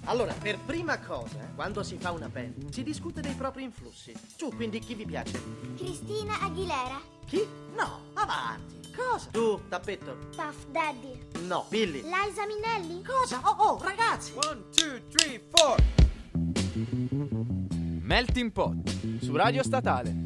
Allora, per prima cosa, quando si fa una band, si discute dei propri influssi. Su, quindi chi vi piace? Cristina Aguilera. Chi? No, avanti. Cosa? Tu, Tappetto. Puff Daddy. No, Billy. Liza Minnelli. Cosa? Oh, ragazzi. 1, 2, 3, 4. Melting Pot su Radio Statale.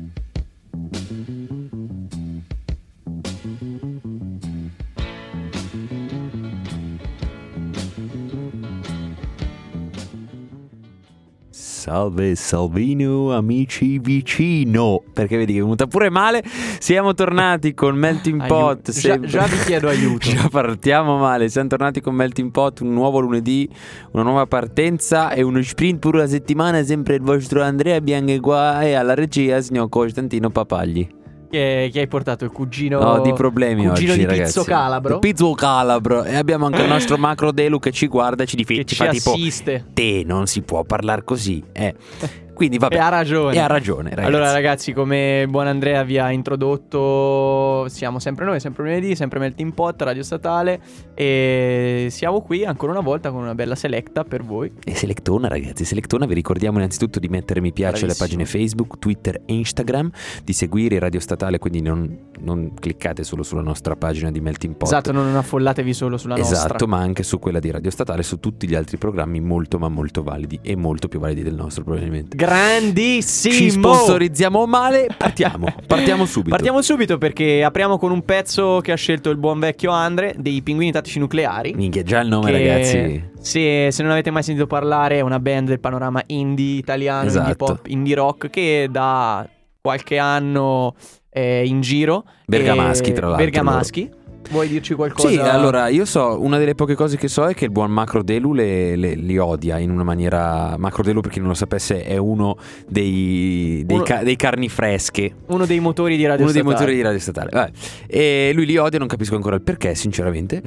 Salve Salvino, amici vicino. Perché vedi che è venuta pure male. Siamo tornati con Melting Pot. Già vi chiedo aiuto. Già partiamo male. Siamo tornati con Melting Pot, un nuovo lunedì, una nuova partenza e uno sprint pure la settimana. Sempre il vostro Andrea Bianchi qua e alla regia signor Costantino Papagli. Chi hai portato il cugino? No, di problemi cugino oggi, di ragazzi. Pizzo Calabro. Pizzo Calabro. E abbiamo anche il nostro Macro Delu che ci guarda e ci che ci ci fa tipo assiste. te non si può parlare così. Quindi vabbè. E ha ragione. Ragazzi. Allora ragazzi, come buon Andrea vi ha introdotto, siamo sempre noi, sempre lunedì, sempre Melting Pot, Radio Statale. E siamo qui ancora una volta con una bella selecta per voi. E Selectona, ragazzi, Selectona. Vi ricordiamo innanzitutto di mettere mi piace alle pagine Facebook, Twitter e Instagram, di seguire Radio Statale, quindi non cliccate solo sulla nostra pagina di Melting Pot. Esatto, non affollatevi solo sulla nostra. Esatto, ma anche su quella di Radio Statale, su tutti gli altri programmi molto ma molto validi e molto più validi del nostro probabilmente. Grandissimo! Ci sponsorizziamo male, partiamo subito. Partiamo subito perché apriamo con un pezzo che ha scelto il buon vecchio Andre, dei Pinguini Tattici Nucleari. Minchia, già il nome, che, ragazzi. Se non avete mai sentito parlare, è una band del panorama indie italiano, Esatto. indie pop, indie rock, che da qualche anno è in giro. Bergamaschi, tra l'altro. Bergamaschi. Vuoi dirci qualcosa? Sì, allora io so, una delle poche cose che so è che il buon Macro Delu li odia in una maniera. Macro Delu, per chi non lo sapesse, è uno dei carni fresche. Uno dei motori di Radio Statale. Uno dei motori di Radio Statale. Vabbè. E lui li odia, non capisco ancora il perché, sinceramente.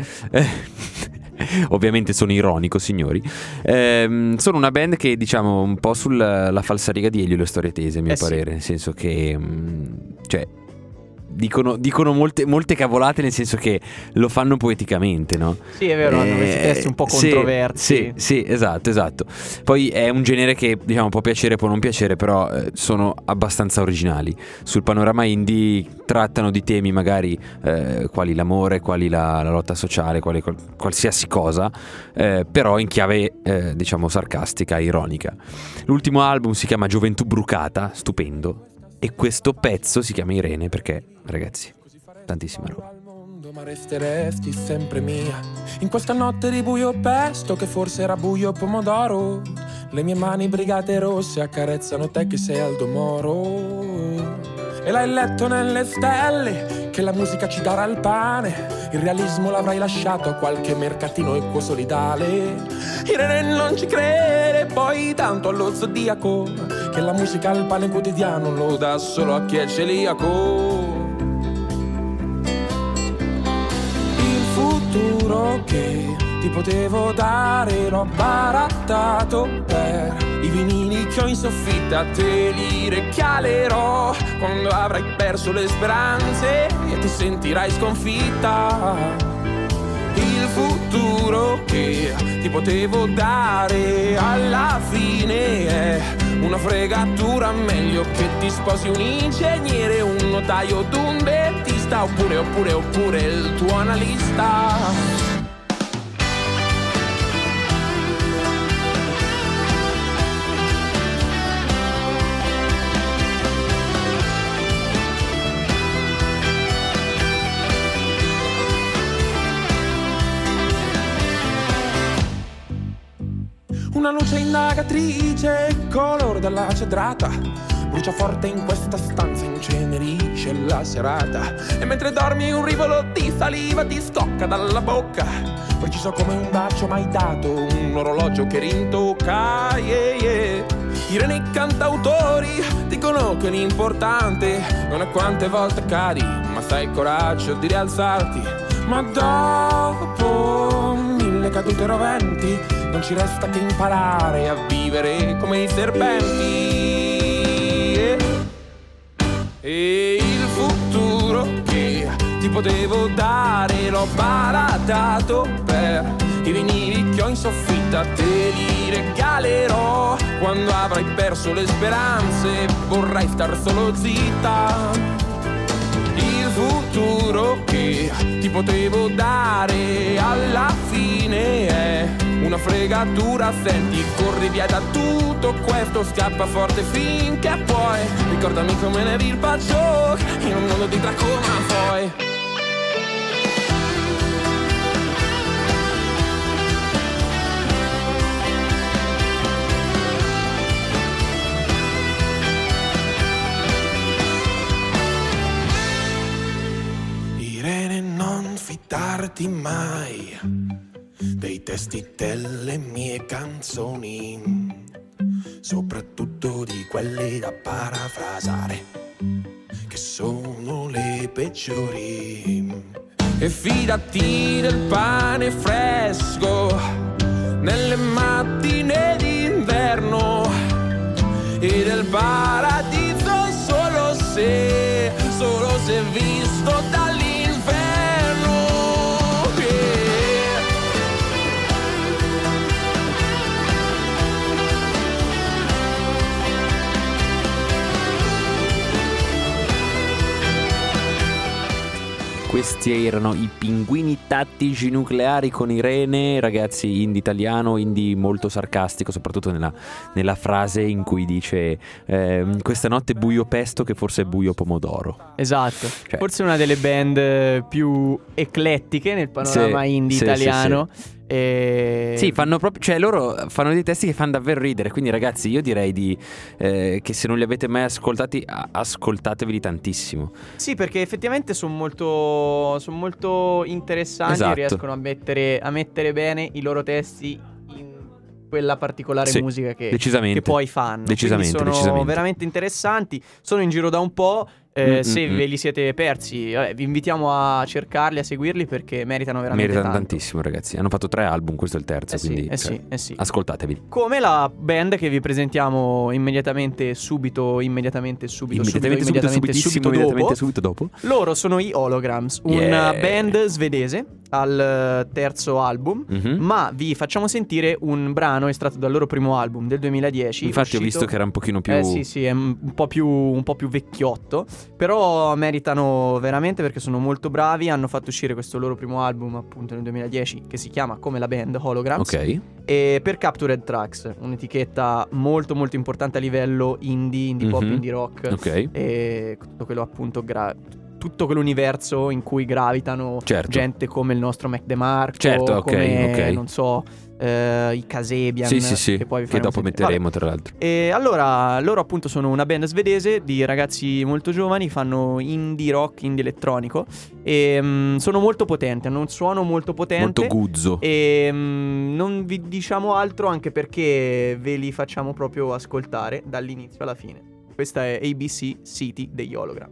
Ovviamente sono ironico, signori. Sono una band che, diciamo, un po' sulla falsariga di Elio e le storie tese, a mio parere. Nel senso che cioè dicono molte cavolate, nel senso che lo fanno poeticamente, no? Sì, è vero, hanno questi testi un po' controversi. Sì, esatto. Poi è un genere che, diciamo, può piacere, può non piacere, però sono abbastanza originali. Sul panorama indie trattano di temi magari quali l'amore, quali la lotta sociale, quali qualsiasi cosa, però in chiave diciamo sarcastica, ironica. L'ultimo album si chiama Gioventù Brucata, stupendo. E questo pezzo si chiama Irene perché, ragazzi, tantissima roba. Ma resteresti sempre mia in questa notte di buio pesto che forse era buio pomodoro. Le mie mani brigate rosse accarezzano te che sei Aldo Moro. E l'hai letto nelle stelle che la musica ci darà il pane. Il realismo l'avrai lasciato a qualche mercatino equo solidale. Irene non ci crede poi tanto allo zodiaco, che la musica al pane quotidiano lo dà solo a chi è celiaco. Il futuro che ti potevo dare l'ho barattato per i vinili che ho in soffitta, te li regalerò quando avrai perso le speranze e ti sentirai sconfitta. Il futuro che ti potevo dare alla fine è una fregatura, meglio che ti sposi un ingegnere, un notaio o un dentista, oppure il tuo analista. Una luce indagatrice, color della cedrata, brucia forte in questa stanza, incenerisce la serata. E mentre dormi un rivolo di saliva ti scocca dalla bocca, preciso come un bacio mai dato, un orologio che rintocca, Irene i cantautori dicono che l'importante non è quante volte cadi, ma sai il coraggio di rialzarti. Ma dopo 1000 cadute roventi non ci resta che imparare a vivere come i serpenti. E il futuro che ti potevo dare l'ho baratato per I vinili che ho in soffitta te li regalerò. Quando avrai perso le speranze vorrai star solo zitta. Il futuro che ti potevo dare alla fine è una fregatura. Senti, corri via da tutto questo, scappa forte finché puoi. Ricordami come ne il bacio in un mondo di tracoma poi. Irene, non fidarti mai dei testi delle mie canzoni, soprattutto di quelle da parafrasare, che sono le peggiori. E fidati del pane fresco nelle mattine d'inverno e del paradiso solo se visto dall'inferno. Questi erano i Pinguini Tattici Nucleari con Irene, ragazzi, indie italiano, indie molto sarcastico, soprattutto nella frase in cui dice questa notte buio pesto che forse è buio pomodoro. Esatto, Cioè, forse una delle band più eclettiche nel panorama indie italiano. Sì, fanno proprio, cioè loro fanno dei testi che fanno davvero ridere. Quindi ragazzi, io direi che se non li avete mai ascoltati, ascoltateveli tantissimo. Sì, perché effettivamente sono molto interessanti. Esatto. Riescono a mettere bene i loro testi in quella particolare musica che poi fanno. Decisamente, quindi sono decisamente veramente interessanti. Sono in giro da un po'. Se ve li siete persi, vi invitiamo a cercarli, a seguirli, perché meritano veramente tanto. tantissimo, ragazzi. Hanno fatto 3 album, questo è il terzo, quindi sì. ascoltatevi. Come la band che vi presentiamo immediatamente subito dopo. Loro sono i Holograms, una band svedese al terzo album, ma vi facciamo sentire un brano estratto dal loro primo album del 2010. Infatti ho visto che era un pochino più sì, è un po' più vecchiotto, però meritano veramente, perché sono molto bravi. Hanno fatto uscire questo loro primo album appunto nel 2010, che si chiama come la band, Holograms. Ok. E per Captured Tracks, un'etichetta molto molto importante a livello indie pop, indie rock. Ok. E tutto quello appunto tutto quell'universo in cui gravitano gente come il nostro Mac DeMarco, come non so, i Kasabian, che poi che dopo metteremo tra l'altro. E allora loro appunto sono una band svedese di ragazzi molto giovani, fanno indie rock, indie elettronico, e sono molto potenti, hanno un suono molto potente, molto guzzo, e non vi diciamo altro, anche perché ve li facciamo proprio ascoltare dall'inizio alla fine. Questa è ABC City degli Hologram.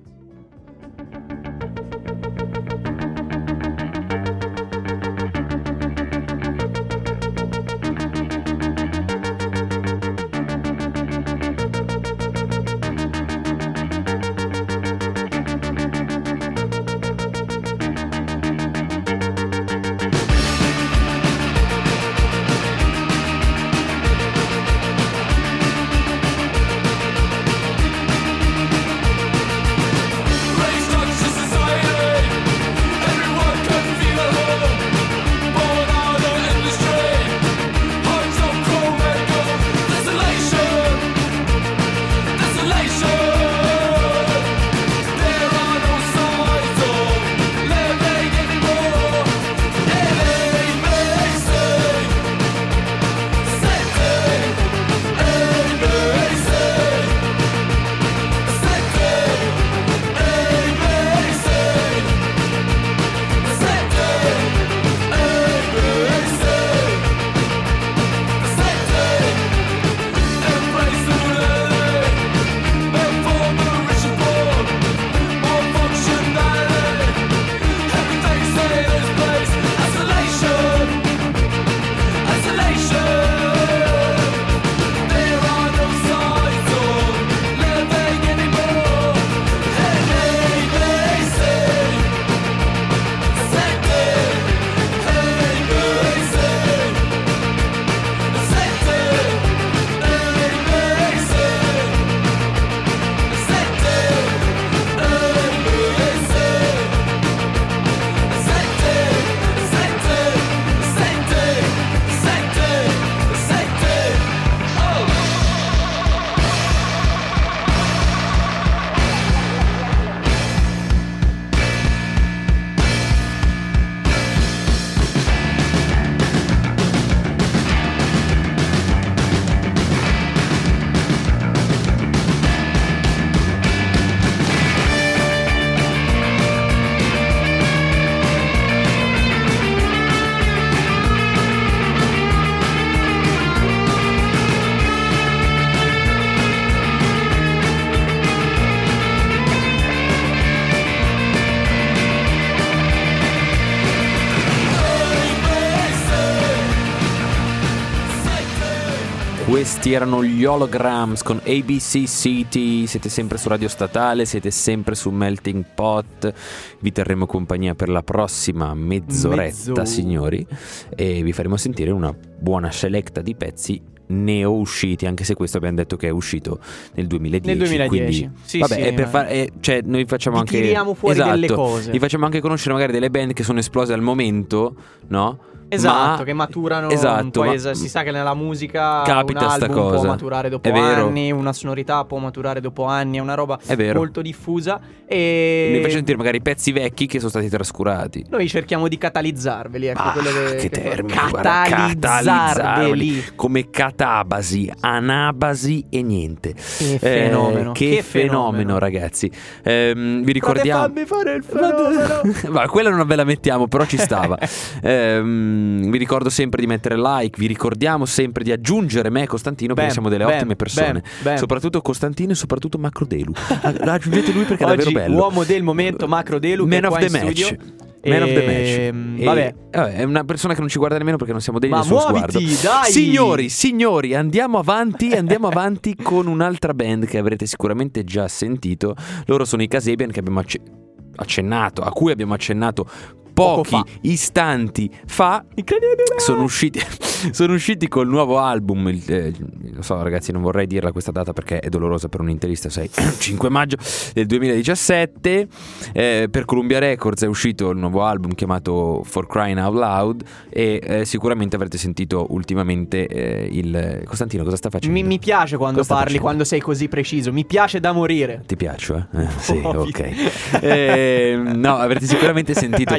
Questi erano gli Holograms con ABC City. Siete sempre su Radio Statale, siete sempre su Melting Pot. Vi terremo compagnia per la prossima mezz'oretta, signori, e vi faremo sentire una buona selecta di pezzi neo usciti, anche se questo abbiamo detto che è uscito nel 2010. Quindi, sì, vabbè, sì, è per cioè noi facciamo anche, tiriamo fuori delle cose. Vi facciamo anche conoscere magari delle band che sono esplose al momento, no? Esatto, che maturano esatto, un po'. Si sa che nella musica capita un sta album cosa. può maturare dopo anni, una sonorità può maturare dopo anni, è una roba molto diffusa. E noi facciamo sentire magari pezzi vecchi che sono stati trascurati. Noi cerchiamo di catalizzarveli, ecco, che termine, catalizzarveli, come catabasi, anabasi e niente. Che fenomeno, che fenomeno, ragazzi. Vi ricordiamo. Fammi fare il fenomeno. Ma quella non ve la mettiamo, però ci stava. Vi ricordo sempre di mettere like, vi ricordiamo sempre di aggiungere me e Costantino, perché siamo delle ottime persone. Soprattutto Costantino e soprattutto Macrodelu. Aggiungete lui perché è davvero bello. Uomo del momento, Macrodelu, Man of the match. Man of the match. Vabbè. È una persona che non ci guarda nemmeno perché non siamo degni del suo muoviti, sguardo. dai! Signori, andiamo avanti con un'altra band che avrete sicuramente già sentito. Loro sono i Kasabian, che abbiamo accennato, a cui abbiamo accennato pochi istanti fa. Incredibile. Sono usciti col nuovo album, lo so ragazzi, non vorrei dirla questa data perché è dolorosa per un interista, 5 maggio del 2017. Per Columbia Records è uscito il nuovo album chiamato For Crying Out Loud, e sicuramente avrete sentito ultimamente il Costantino cosa sta facendo? Mi piace quando parli, quando sei così preciso, mi piace da morire. Ti piaccio? Sì, ok. No, avrete sicuramente sentito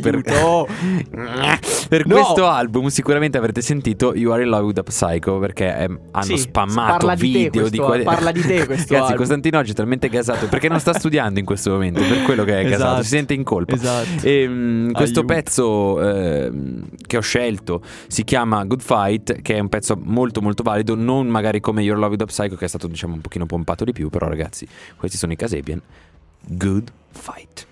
per questo album sicuramente avrete sentito You Are in Love with a Psycho, perché hanno spammato video di parla di te questo ragazzi, Costantino oggi è talmente gasato perché non sta studiando in questo momento, per quello che è gasato, si sente in colpa. E questo pezzo che ho scelto si chiama Good Fight, che è un pezzo molto molto valido, non magari come You Are in Love with a Psycho, che è stato diciamo un pochino pompato di più, però ragazzi, questi sono i Kasabian. Good Fight.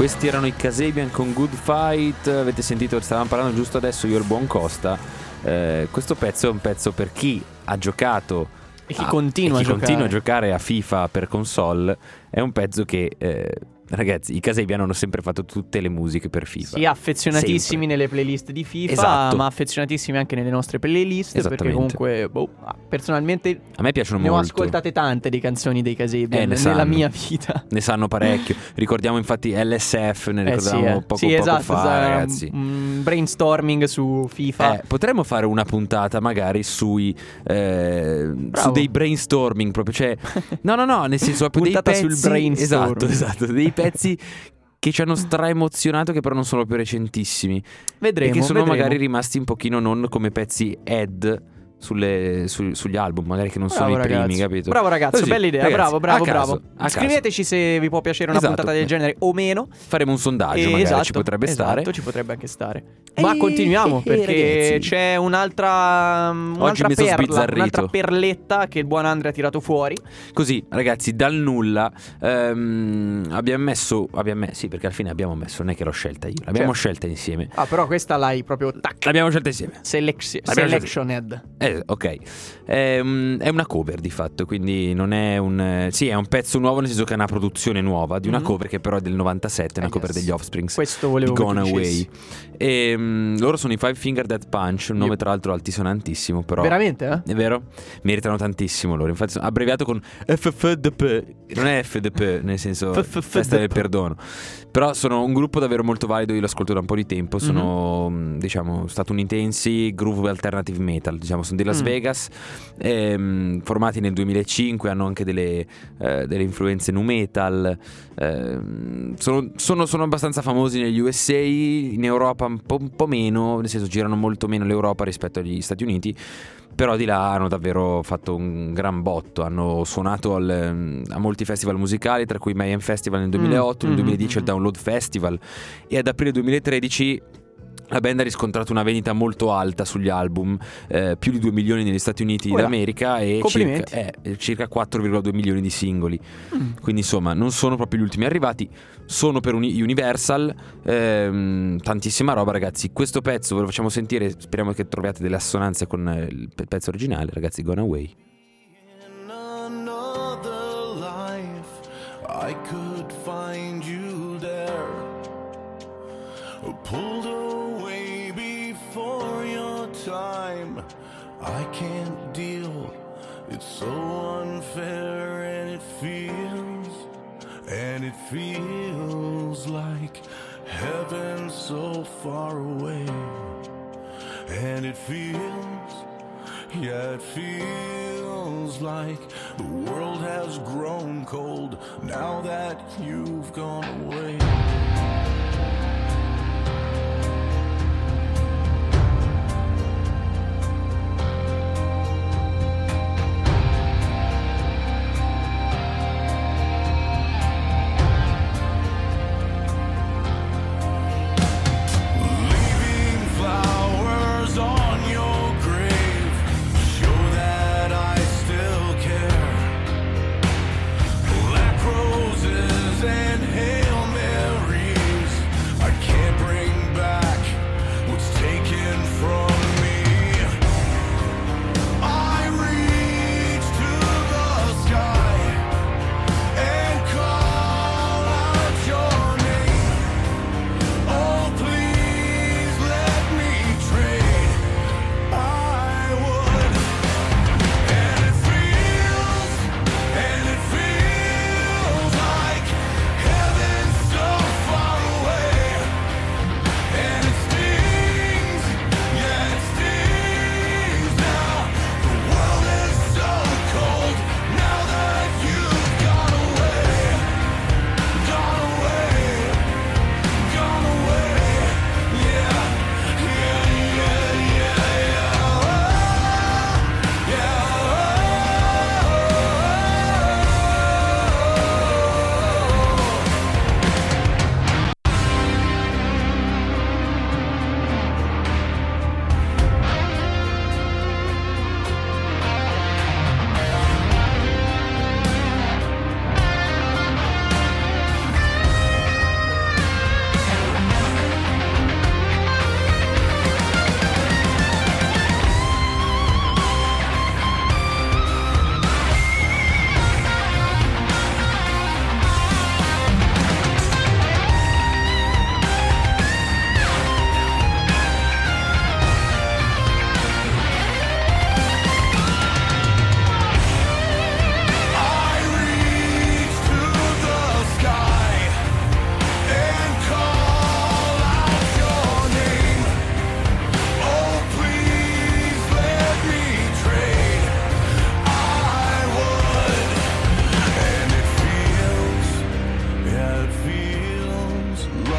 questi erano i Kasabian con Good Fight. Avete sentito, stavamo parlando giusto adesso io e il buon Costa. Questo pezzo è un pezzo per chi ha giocato e chi continua a giocare a FIFA per console. È un pezzo che ragazzi, i Kasabian hanno sempre fatto tutte le musiche per FIFA. Sì, affezionatissimi nelle playlist di FIFA, esatto, ma affezionatissimi anche nelle nostre playlist, perché comunque personalmente a me piacciono ne molto. ho ascoltate tante di canzoni dei Kasabian nella mia vita. Ne sanno parecchio. Ricordiamo infatti LSF, ne ricordavamo poco esatto, fa, ragazzi. Brainstorming su FIFA. Potremmo fare una puntata magari su dei brainstorming proprio, cioè no, nel senso proprio puntata dei pezzi sul brainstorming. esatto, dei pezzi che ci hanno straemozionato, che però non sono più recentissimi. Vedremo. E che sono magari rimasti un pochino non come pezzi sugli album, magari che non sono i primi, capito? Bravo ragazzo, Così, bella idea, ragazzi, bravo. a Scriveteci se vi può piacere una puntata del genere o meno. Faremo un sondaggio, magari ci potrebbe stare. Ci potrebbe anche stare. Ma continuiamo perché ragazzi, c'è un'altra perletta che il buon Andrea ha tirato fuori. Così, ragazzi, dal nulla abbiamo messo, sì, perché alla fine abbiamo messo, non è che l'ho scelta io, l'abbiamo scelta insieme. Ah, però questa l'hai proprio l'abbiamo scelta insieme. Selectioned. Ok, è una cover di fatto, quindi non è è un pezzo nuovo, nel senso che è una produzione nuova di una cover che però è del 97, una cover degli Offsprings. Questo volevo di Gone Away. E loro sono i Five Finger Death Punch, un nome tra l'altro altisonantissimo, però veramente, è vero? Meritano tantissimo loro, infatti sono abbreviato con FFDP, non è FDP nel senso Festa del Perdono, però sono un gruppo davvero molto valido, io lo ascolto da un po' di tempo, sono diciamo statunitensi, groove alternative metal, diciamo, sono di Las Vegas, formati nel 2005, hanno anche delle influenze nu metal, sono abbastanza famosi negli USA, in Europa un po' meno, nel senso girano molto meno l'Europa rispetto agli Stati Uniti, però di là hanno davvero fatto un gran botto, hanno suonato a molti festival musicali, tra cui Mayhem Festival nel 2008, nel 2010 il Download Festival, e ad aprile 2013 la band ha riscontrato una vendita molto alta sugli album, più di 2 milioni negli Stati Uniti d'America e circa 4,2 milioni di singoli. Quindi insomma non sono proprio gli ultimi arrivati, sono per Universal, tantissima roba, ragazzi. Questo pezzo ve lo facciamo sentire, speriamo che troviate delle assonanze con il pezzo originale, ragazzi. Gone Away. In another life, I could find you there, pulled away before your time. I can't deal, it's so unfair, and it feels like heaven so far away. And it feels like the world has grown cold now that you've gone away. Roses and Hail Mary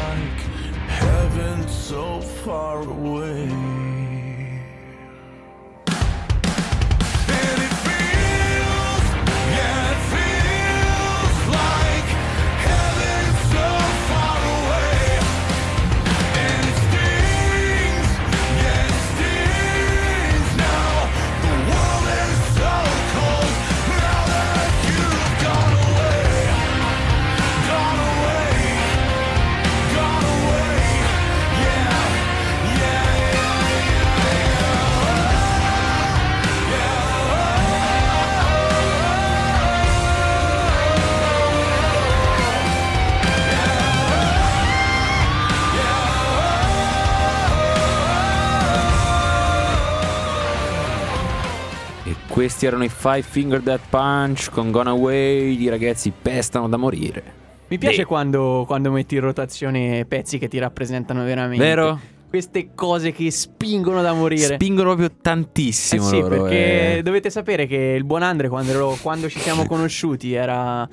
like heaven so far away. And it feels, yeah, it feels like heaven so far away. And it stings, yeah, it stings now. The world is so cold now that you've gone away. Gone away, gone away, yeah, yeah, E questi erano i Five Finger Death Punch con Gone Away. I ragazzi pestano da morire. Mi piace Beh. quando metti in rotazione pezzi che ti rappresentano veramente. Vero? Queste cose che spingono da morire. Spingono proprio tantissimo Sì, loro, perché dovete sapere che il buon Andre quando ci siamo conosciuti era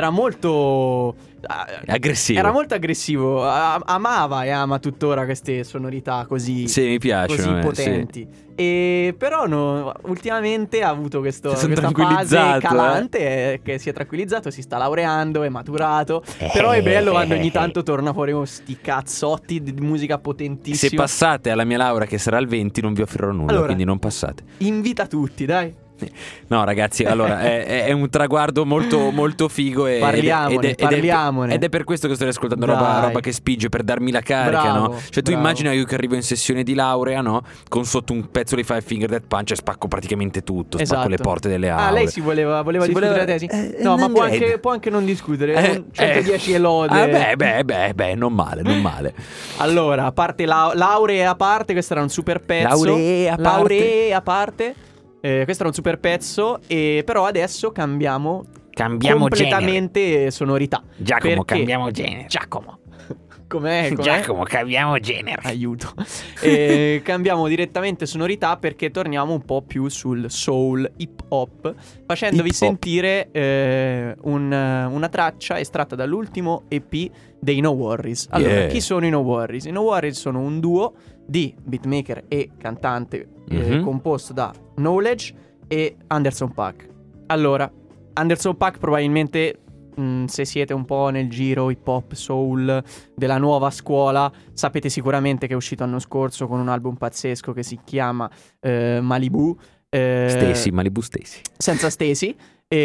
molto aggressivo. Era molto aggressivo, amava e ama tuttora queste sonorità così, Sì, mi piacciono, così potenti. E però ultimamente ha avuto Si sono questa fase tranquillizzato, calante, che si è tranquillizzato, si sta laureando, è maturato. Però è bello quando ogni tanto torna fuori con sti cazzotti di musica potentissima. Se passate alla mia laurea, che sarà il 20, non vi offrirò nulla, Allora, quindi non passate. Invita tutti, dai. No, ragazzi, allora è un traguardo molto, molto figo. Parliamone. Ed è per questo che sto riascoltando Dai. roba che spinge per darmi la carica, Bravo, no? Cioè, tu bravo. immagina io che arrivo in sessione di laurea, no? Con sotto un pezzo di Five Finger Death Punch e spacco praticamente tutto. Spacco Esatto. le porte delle aule. Ah, lei voleva discutere la tesi? No, ma può anche non discutere. 110 e lode. Beh, non male, non male. Allora, a parte lauree a parte, questo era un super pezzo. Lauree a parte. Lauree a parte. Questo era un super pezzo. Però adesso cambiamo completamente sonorità. Giacomo, Perché- cambiamo genere. Giacomo. Com'è? Giacomo, cambiamo genere. Aiuto. Cambiamo direttamente sonorità perché torniamo un po' più sul soul hip hop, facendovi Hip hop. sentire una traccia estratta dall'ultimo EP dei No Worries. Allora, Yeah. chi sono i No Worries? I No Worries sono un duo di beatmaker e cantante Mhm. composto da Knowledge e Anderson .Paak. Allora, Anderson .Paak probabilmente, se siete un po' nel giro hip hop soul della nuova scuola, sapete sicuramente che è uscito l'anno scorso con un album pazzesco che si chiama Malibu. Malibu Stacy. Senza Stacy.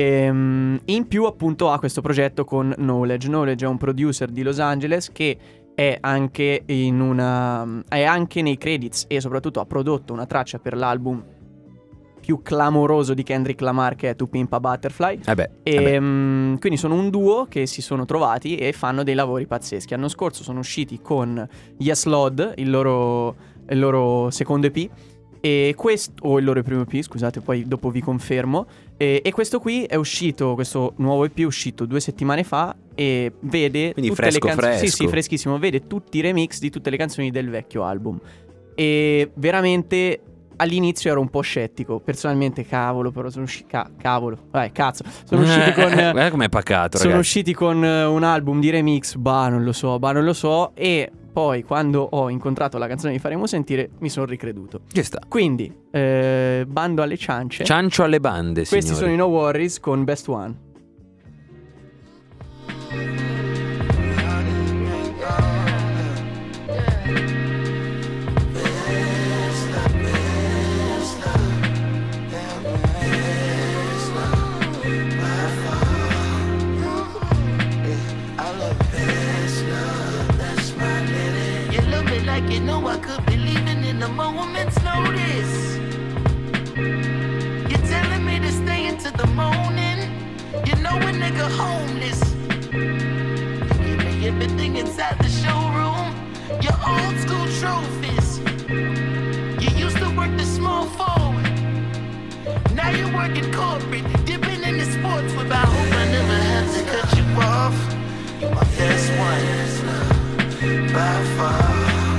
In più appunto ha questo progetto con Knowledge. Knowledge è un producer di Los Angeles che è anche è anche nei credits e soprattutto ha prodotto una traccia per l'album più clamoroso di Kendrick Lamar, che è To Pimp a Butterfly. Quindi sono un duo che si sono trovati e fanno dei lavori pazzeschi. L'anno scorso sono usciti con Yes Lord, il loro secondo EP, e il loro primo EP, scusate, poi dopo vi confermo. E questo qui è uscito, questo nuovo EP è uscito 2 settimane fa e vede Quindi tutte fresco, le canzoni. fresco. Sì, freschissimo. Vede tutti i remix di tutte le canzoni del vecchio album. E veramente all'inizio ero un po' scettico. Personalmente, cavolo, però sono usciti. Cazzo. Sono usciti con. Guarda com'è pacato, Sono ragazzi. usciti con un album di remix. Non lo so. E poi, quando ho incontrato la canzone di Faremo Sentire, mi sono ricreduto. Ci sta. Quindi, bando alle ciance. Ciancio alle bande, Questi signori. sono i No Worries con Best One. You love me like you know I could be leaving in a moment's notice. You're telling me to stay into the morning. You know a nigga homeless. You give me everything inside the showroom. Your old school trophies. You used to work the small forward. Now you're working corporate, dipping in the sports with. I hope I never have to cut you off. You're my best one, by far.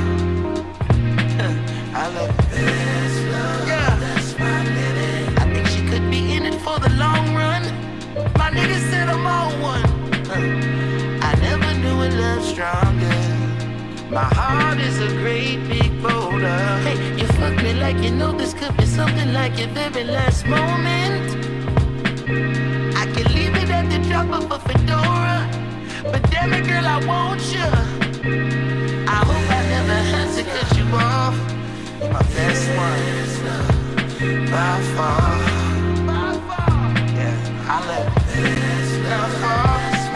I love best love. Yeah, that's my lady. I think she could be in it for the long run. I never knew a love stronger. My heart is a great big boulder. Hey, you fuck me like you know this could be something like your very last moment. I can leave it at the drop of a fedora, but damn it, girl, I want you. I hope I never had to cut you off. My best one, by far. Yeah, I love it. By far.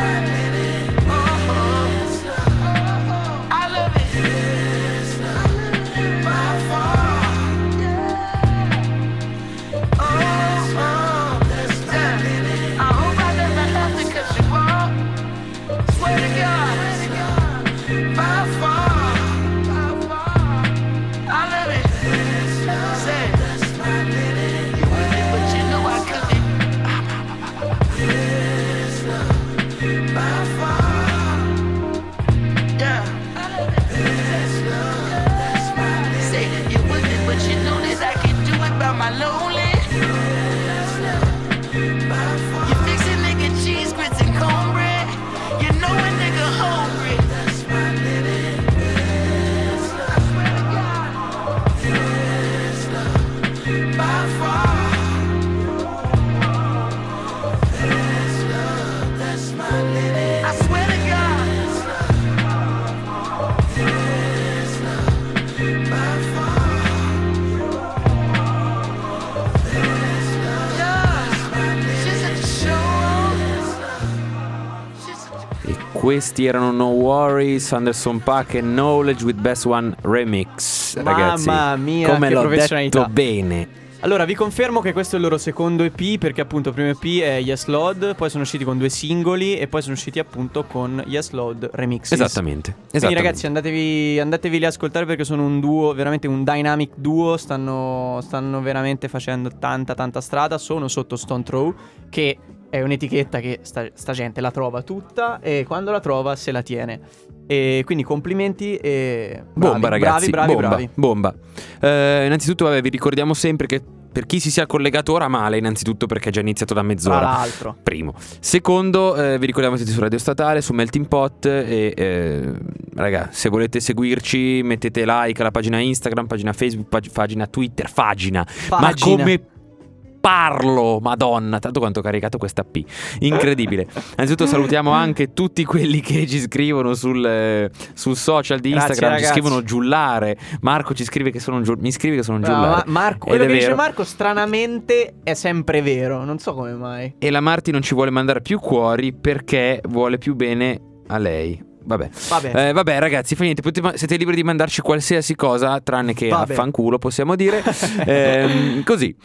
Questi erano No Worries, Anderson .Paak e Knowledge with Best One Remix. Ragazzi, mamma mia, come che l'ho professionalità. detto bene. Allora, vi confermo che questo è il loro secondo EP, perché appunto il primo EP è Yes Lord, poi sono usciti con 2 singoli e poi sono usciti appunto con Yes Lord Remixes. Esattamente. Quindi ragazzi, andatevi lì a ascoltare, perché sono un duo, veramente un dynamic duo, stanno veramente facendo tanta strada. Sono sotto Stone Throw, che è un'etichetta che sta gente la trova tutta e quando la trova se la tiene. E quindi complimenti e bravi, bomba ragazzi, bravi. bomba. Innanzitutto vi ricordiamo sempre che per chi si sia collegato ora male, innanzitutto perché è già iniziato da mezz'ora. Tra l'altro. Primo. Secondo, vi ricordiamo che siete su Radio Statale, su Melting Pot e raga, se volete seguirci mettete like alla pagina Instagram, pagina Facebook, pagina Twitter, pagina. Ma come parlo, madonna, tanto quanto ho caricato questa P, incredibile. Innanzitutto salutiamo anche tutti quelli che ci scrivono sul social di Instagram. Grazie, ci scrivono giullare. Marco ci scrive che sono mi scrive che sono giullare. Marco, quello che dice Marco stranamente è sempre vero, non so come mai. E la Marti non ci vuole mandare più cuori perché vuole più bene a lei. Vabbè ragazzi, fa niente, siete liberi di mandarci qualsiasi cosa tranne che affanculo, possiamo dire. Così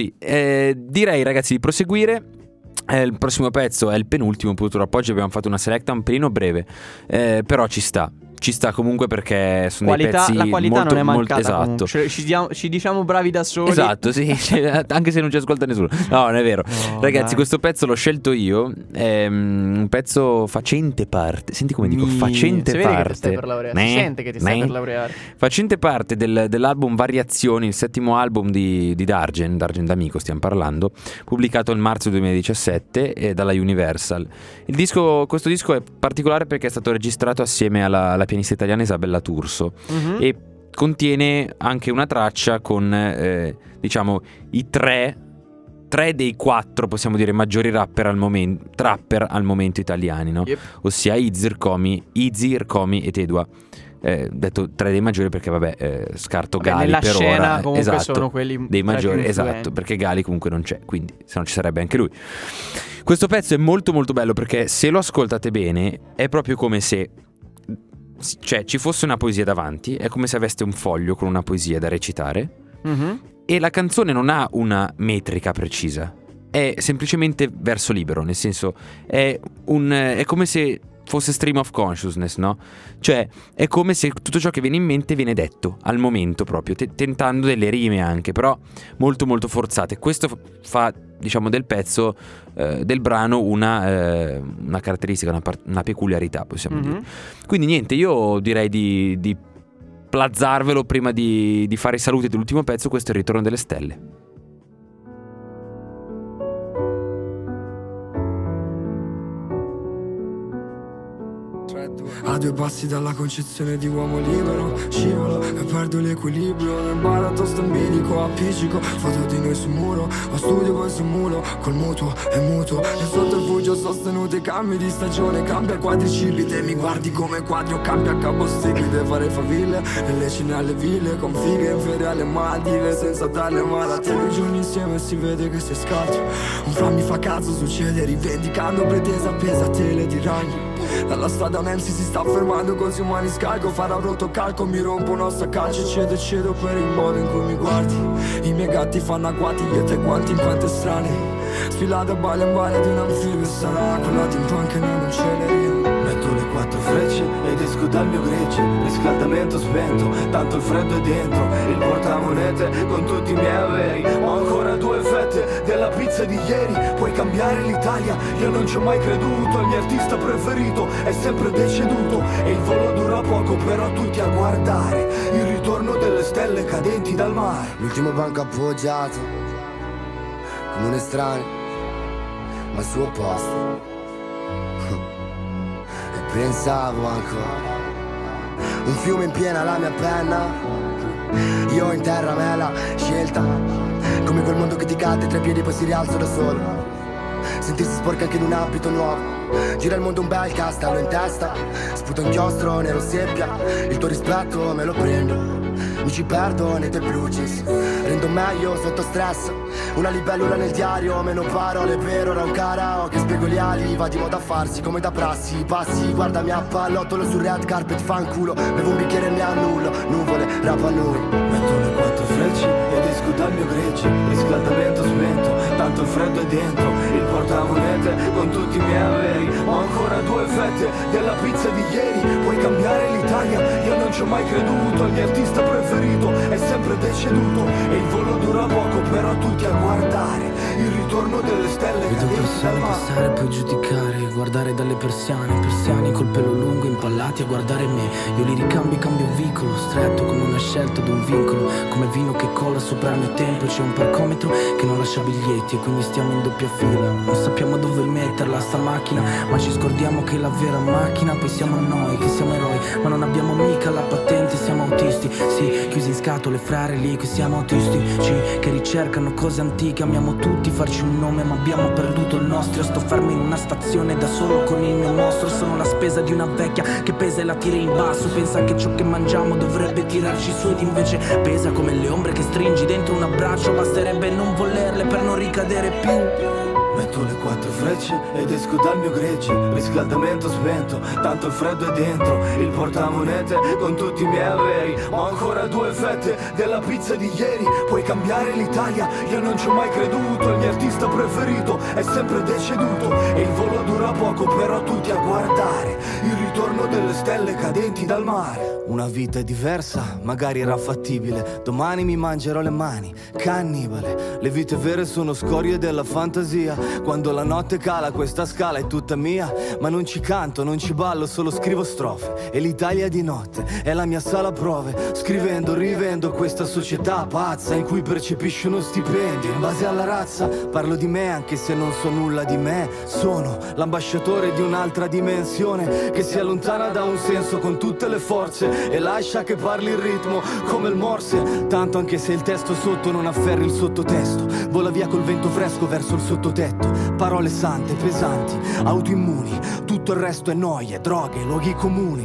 direi ragazzi di proseguire. Il prossimo pezzo è il penultimo, purtroppo oggi abbiamo fatto una selecta un pelino breve, però ci sta comunque perché sono dei pezzi la qualità molto, non è mancata, esatto. Ci diciamo bravi da soli. Esatto, sì, anche se non ci ascolta nessuno. No, non è vero. Ragazzi, dai. Questo pezzo l'ho scelto io. È un pezzo facente parte. Senti come dico, facente parte. Si sente che ti stai per laureare. Facente parte dell'album Variazioni, il 7° album di Dargen D'Amico stiamo parlando, pubblicato nel marzo 2017 dalla Universal. Questo disco è particolare perché è stato registrato assieme alla pianista italiana Isabella Turso e contiene anche una traccia con diciamo i tre dei 4, possiamo dire, maggiori trapper al momento italiani, no? Yep. Ossia Izzy, Rkomi e Tedua. Detto 3 dei maggiori perché scarto Gali nella per scena ora. comunque Esatto, sono quelli dei maggiori, più esatto, influenti. perché Gali comunque non c'è, quindi se no ci sarebbe anche lui. Questo pezzo è molto molto bello perché se lo ascoltate bene è proprio come se ci fosse una poesia davanti, è come se aveste un foglio con una poesia da recitare e la canzone non ha una metrica precisa, è semplicemente verso libero, nel senso è come se fosse stream of consciousness, no? Cioè è come se tutto ciò che viene in mente viene detto al momento proprio, tentando delle rime anche, però molto molto forzate. Questo fa, diciamo, del pezzo, del brano una caratteristica, una peculiarità, possiamo dire. Quindi niente, io direi di plazzarvelo prima di fare i saluti dell'ultimo pezzo. Questo è il Ritorno delle Stelle. A 2 passi dalla concezione di uomo libero, scivolo e perdo l'equilibrio. Nel baratto sto in bilico, appiccico foto di noi sul muro. Ho studio poi sul muro, col mutuo e mutuo. Nel sotterfugio sostenuto i cambi di stagione. Cambia quadricipite, mi guardi come quadrio. Cambia a capostipite, fare faville nelle cine alle ville, con fighe in ferie alle Maldive, senza darle malattie. 2 giorni insieme si vede che sei scalzo. Un fra mi fa cazzo succede, rivendicando pretesa appesa a tele di ragni. Dalla strada un MC si sta fermando, così umani scalco. Farà un rotocalco, mi rompo un osso a calcio. E cedo per il modo in cui mi guardi. I miei gatti fanno agguati, io te guanti in quante strane. Sfilata a balle in balle di un anfibio. Sarà quella timpan che non celerino. Metto le 4 frecce ed esco dal mio gregge. Riscaldamento spento, tanto il freddo è dentro. Il portamonete con tutti i miei averi. Ho ancora 2 fette della pizza di ieri. Puoi cambiare l'Italia, io non ci ho mai creduto. Il mio artista preferito è sempre deceduto. E il volo dura poco, però tutti a guardare il ritorno delle stelle cadenti dal mare. L'ultimo banco appoggiato, come un estraneo, ma al suo posto. E pensavo ancora. Un fiume in piena la mia penna. Io in terra me la scelta. Come quel mondo che ti cade 3 piedi e poi si rialza da solo. Sentirsi sporca anche in un abito nuovo. Gira il mondo un bel castello in testa. Sputo inchiostro nero seppia. Il tuo rispetto me lo prendo. Mi ci perdo nei tuoi blue jeans. Rendo meglio sotto stress. Una libellula nel diario, meno parole per ora un karaoke. Spiego gli ali, va di moda a farsi come da prassi. Passi, guardami a pallottolo sul red carpet, fanculo. Bevo un bicchiere e mi annullo. Nuvole, rap a noi. Metto le 4 frecce ed esco dal mio gregge. Riscaldamento spento, tanto il freddo è dentro. Il portamonete con tutti i miei averi. Ho ancora 2 fette della pizza di ieri. Puoi cambiare l'Italia, io non ci ho mai creduto. Il mio artista preferito è sempre deceduto. E il volo dura poco, però tutti a guardare il ritorno delle stelle Vedo cadenti persone dal mare. passare poi giudicare. Guardare dalle persiane, persiani col pelo lungo impallati a guardare me. Io li ricambio, cambio vicolo, stretto come una scelta d'un vincolo. Come vino che cola sopra il mio tempo. C'è un parcometro che non lascia biglietti e quindi stiamo in doppia fila. Non sappiamo dove metterla sta macchina, ma ci scordiamo che la vera macchina poi siamo noi, che siamo eroi. Ma non abbiamo mica la patente, siamo autisti. Sì, chiusi in scatole fra reliquie, siamo autistici che ricercano cose antiche. Amiamo tutti farci un nome ma abbiamo perduto il nostro. Io sto fermo in una stazione da solo con il mio mostro. Sono la spesa di una vecchia che pesa e la tira in basso. Pensa che ciò che mangiamo dovrebbe tirarci su ed invece pesa come le ombre che stringi dentro un abbraccio. Basterebbe non volerle per non ricadere più. Metto le 4 frecce ed esco dal mio gregge. Riscaldamento spento, tanto il freddo è dentro. Il portamonete con tutti i miei averi. Ho ancora 2 fette della pizza di ieri. Puoi cambiare l'Italia, io non ci ho mai creduto. Il mio artista preferito è sempre deceduto. E il volo dura poco, però tutti a guardare il ritorno delle stelle cadenti dal mare. Una vita è diversa, magari era fattibile. Domani mi mangerò le mani, cannibale. Le vite vere sono scorie della fantasia. Quando la notte cala questa scala è tutta mia. Ma non ci canto, non ci ballo, solo scrivo strofe. E l'Italia di notte è la mia sala prove. Scrivendo, rivendo questa società pazza in cui percepisci uno stipendio in base alla razza. Parlo di me anche se non so nulla di me. Sono l'ambasciatore di un'altra dimensione che si allontana da un senso con tutte le forze e lascia che parli il ritmo come il morse. Tanto anche se il testo sotto non afferri il sottotesto. Vola via col vento fresco verso il sottotetto. Parole sante, pesanti, autoimmuni. Tutto il resto è noia, droghe, luoghi comuni.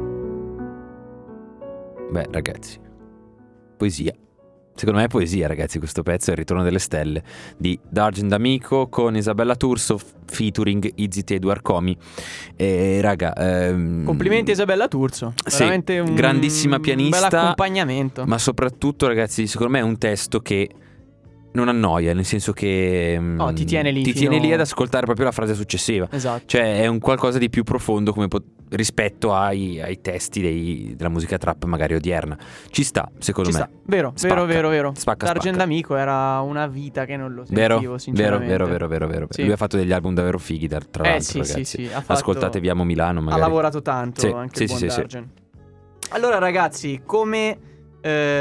Beh, ragazzi, poesia. Secondo me è poesia, ragazzi, questo pezzo è Il ritorno delle stelle di D'Argent D'Amico con Isabella Turso featuring Izzy Edward Comi. E raga, complimenti a Isabella Turso, veramente sì, grandissima pianista, un bel accompagnamento. Ma soprattutto, ragazzi, secondo me è un testo che non annoia, nel senso che ti tiene lì, ti tiene lì ad ascoltare proprio la frase successiva. Esatto. Cioè è un qualcosa di più profondo come rispetto ai testi della musica trap magari odierna. Ci sta, secondo me. Vero, Spacca. vero. Spacca. D'Argent D'Amico era una vita che non lo sentivo, sinceramente. Vero. Sì. Lui ha fatto degli album davvero fighi, tra l'altro, ragazzi. Sì. Ascoltatevi Amo Milano, magari. Ha lavorato tanto anche il buon D'Argent. Allora, ragazzi, come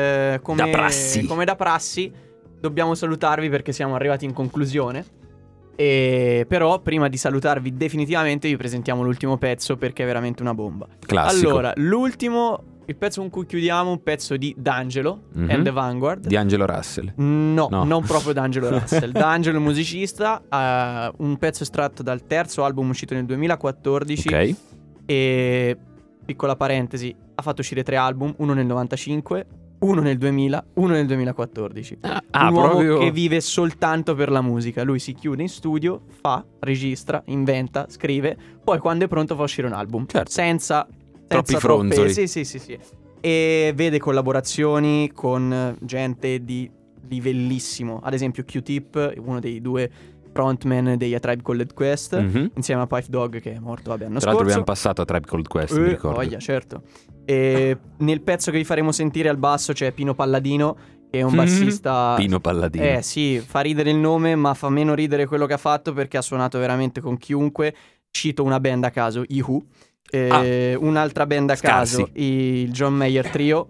da prassi, dobbiamo salutarvi perché siamo arrivati in conclusione. Però prima di salutarvi definitivamente vi presentiamo l'ultimo pezzo, perché è veramente una bomba. Classico. Allora, il pezzo con cui chiudiamo, un pezzo di D'Angelo and the Vanguard. Di Angelo Russell. No, non proprio D'Angelo Russell. D'Angelo musicista, un pezzo estratto dal terzo album uscito nel 2014. Ok. E piccola parentesi, ha fatto uscire 3 album, uno nel 95, uno nel 2000, uno nel 2014. Un uomo proprio... che vive soltanto per la musica. Lui si chiude in studio, fa, registra, inventa, scrive, poi quando è pronto fa uscire un album. Certo. Senza Troppi fronzoli. Sì. E vede collaborazioni con gente di livellissimo. Ad esempio Q-Tip, uno dei 2 frontman dei A Tribe Called Quest, insieme a Puff Dog, che è morto l'anno scorso. Tra l'altro abbiamo passato a Tribe Called Quest, mi ricordo. Voglia, certo. E nel pezzo che vi faremo sentire al basso c'è Pino Palladino, che è un bassista. Pino Palladino. Sì, fa ridere il nome, ma fa meno ridere quello che ha fatto, perché ha suonato veramente con chiunque. Cito una band a caso, i Who. Un'altra band a Scarsi. caso, il John Mayer Trio.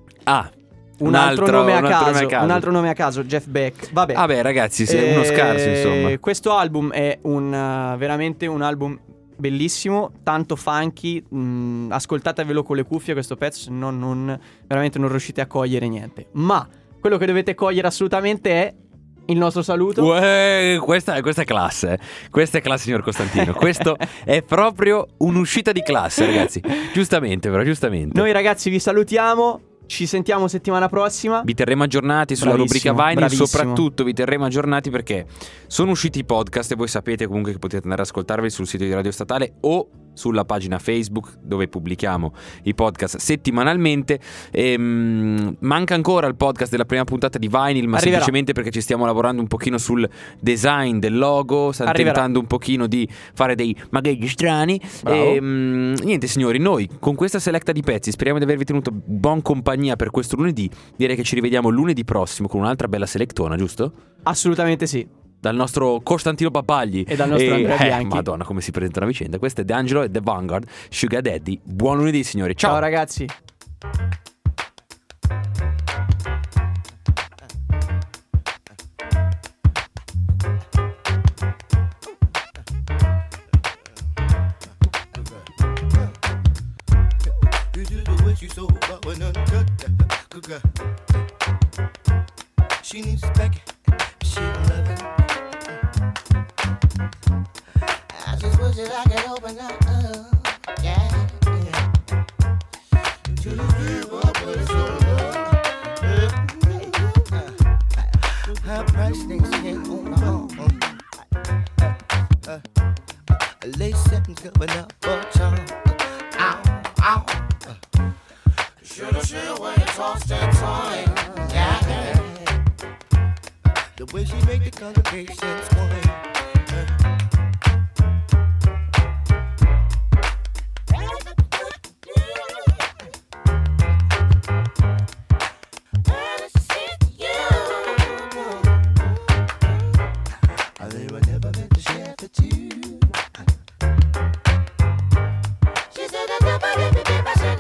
Un altro nome a caso, Jeff Beck. Vabbè, ragazzi, sei uno scarso, insomma. Questo album è veramente un album bellissimo, tanto funky. Ascoltatevelo con le cuffie questo pezzo, se no veramente non riuscite a cogliere niente. Ma quello che dovete cogliere assolutamente è il nostro saluto. Questa è classe. Questa è classe, signor Costantino. Questo è proprio un'uscita di classe, ragazzi. Giustamente. Noi ragazzi vi salutiamo. Ci sentiamo settimana prossima. Vi terremo aggiornati sulla rubrica Vinyl. Bravissimo. Soprattutto vi terremo aggiornati perché sono usciti i podcast, e voi sapete comunque che potete andare ad ascoltarvi sul sito di Radio Statale o sulla pagina Facebook, dove pubblichiamo i podcast settimanalmente. Manca ancora il podcast della prima puntata di Vinyl, ma semplicemente perché ci stiamo lavorando un pochino sul design del logo. Stiamo tentando un pochino di fare dei magheggi strani. Niente signori, noi con questa selecta di pezzi speriamo di avervi tenuto buon compagnia per questo lunedì. Direi che ci rivediamo lunedì prossimo con un'altra bella selectona, giusto? Assolutamente sì. Dal nostro Costantino Papagli e dal nostro Andrea Bianchi. Madonna, come si presenta la vicenda. Questo è D'Angelo e The Vanguard, Sugar Daddy. Buon lunedì signori, ciao. Ciao ragazzi. She needs back, she love it. I just wish that I could open up, yeah. To the people, but it's so love. Her price things ain't on the home. Lace settings coming up for charm. Ow. Shoulda, when you tossed and toying, yeah. The way she make the congregation swing. They were never meant to share the two. She said I never let me be my second.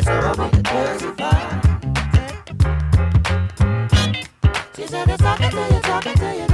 it's over me, testify. She said it's talking to you,